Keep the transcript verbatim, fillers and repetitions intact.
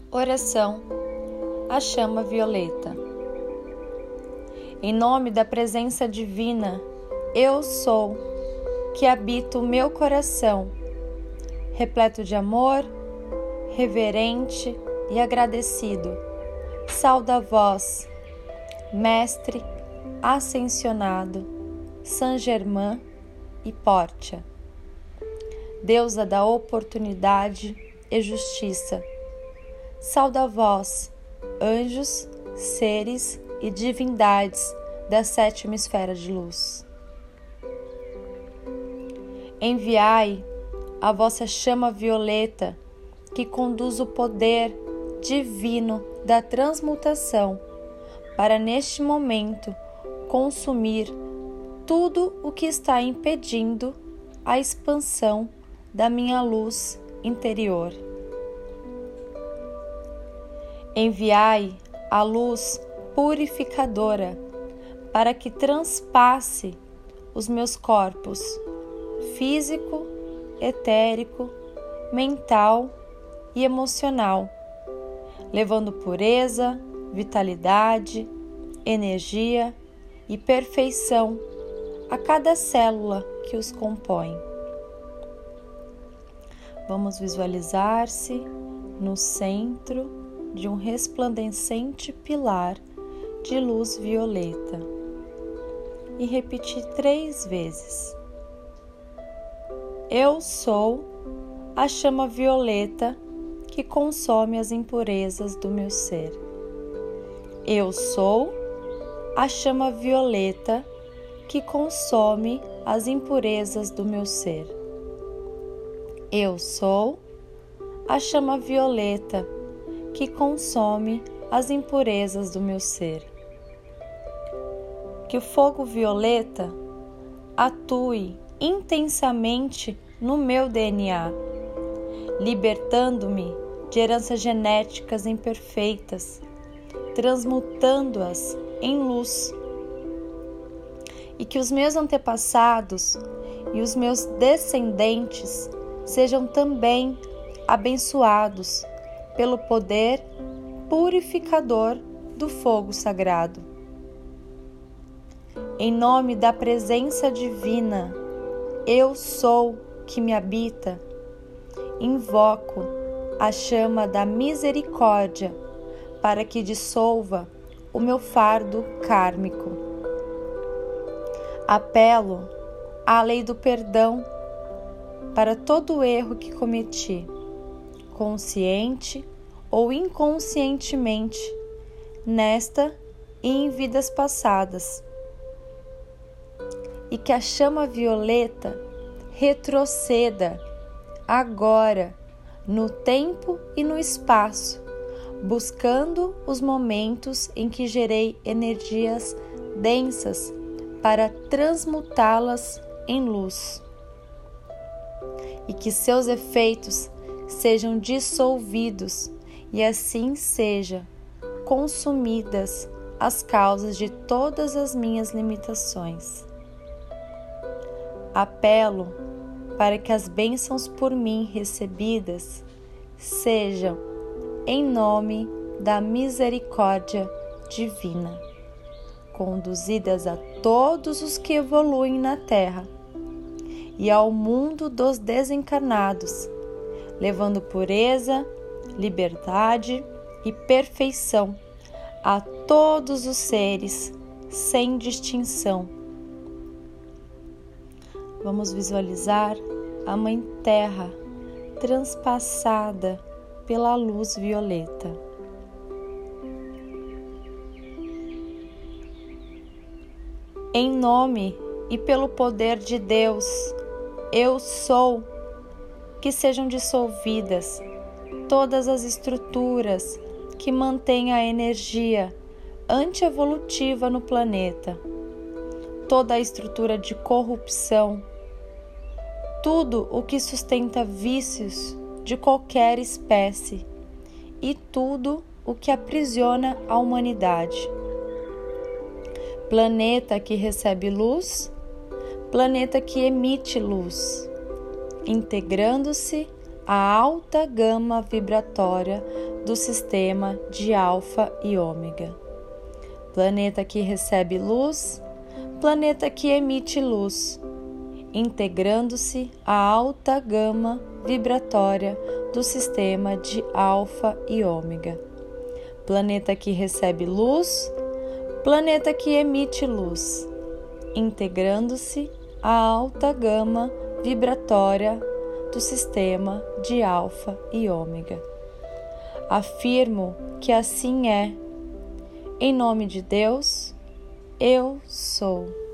Oração à chama violeta. Em nome da presença divina, eu sou, que habito o meu coração, repleto de amor, reverente e agradecido. Sauda a vós, Mestre ascensionado, Saint Germain e Pórtia, deusa da oportunidade e justiça. Sauda a vós, anjos, seres e divindades da sétima esfera de luz. Enviai a vossa chama violeta, que conduz o poder divino da transmutação, para neste momento consumir tudo o que está impedindo a expansão da minha luz interior. Enviai a luz purificadora para que transpasse os meus corpos físico, etérico, mental e emocional, levando pureza, vitalidade, energia e perfeição a cada célula que os compõe. Vamos visualizar-se no centro de um resplandecente pilar de luz violeta e repetir três vezes. Eu sou a chama violeta que consome as impurezas do meu ser. Eu sou a chama violeta que consome as impurezas do meu ser. Eu sou a chama violeta que consome as impurezas do meu ser. Que o fogo violeta atue intensamente no meu D N A, libertando-me de heranças genéticas imperfeitas, transmutando-as em luz. E que os meus antepassados e os meus descendentes sejam também abençoados pelo poder purificador do fogo sagrado. Em nome da presença divina, eu sou que me habita, invoco a chama da misericórdia para que dissolva o meu fardo kármico. Apelo à lei do perdão para todo o erro que cometi, consciente ou inconscientemente, nesta e em vidas passadas. E que a chama violeta retroceda agora no tempo e no espaço, buscando os momentos em que gerei energias densas para transmutá-las em luz. E que seus efeitos sejam dissolvidos e assim seja consumidas as causas de todas as minhas limitações. Apelo para que as bênçãos por mim recebidas sejam em nome da misericórdia divina, conduzidas a todos os que evoluem na Terra e ao mundo dos desencarnados, levando pureza, liberdade e perfeição a todos os seres, sem distinção. Vamos visualizar a Mãe Terra transpassada pela luz violeta. Em nome e pelo poder de Deus, eu sou, que sejam dissolvidas todas as estruturas que mantêm a energia antievolutiva no planeta, toda a estrutura de corrupção, tudo o que sustenta vícios de qualquer espécie e tudo o que aprisiona a humanidade. Planeta que recebe luz, planeta que emite luz, integrando-se à alta gama vibratória do sistema de Alfa e Ômega. Planeta que recebe luz, planeta que emite luz, integrando-se à alta gama vibratória do sistema de Alfa e Ômega. Planeta que recebe luz, planeta que emite luz, integrando-se à alta gama vibratória do sistema de Alfa e Ômega. Afirmo que assim é. Em nome de Deus, eu sou.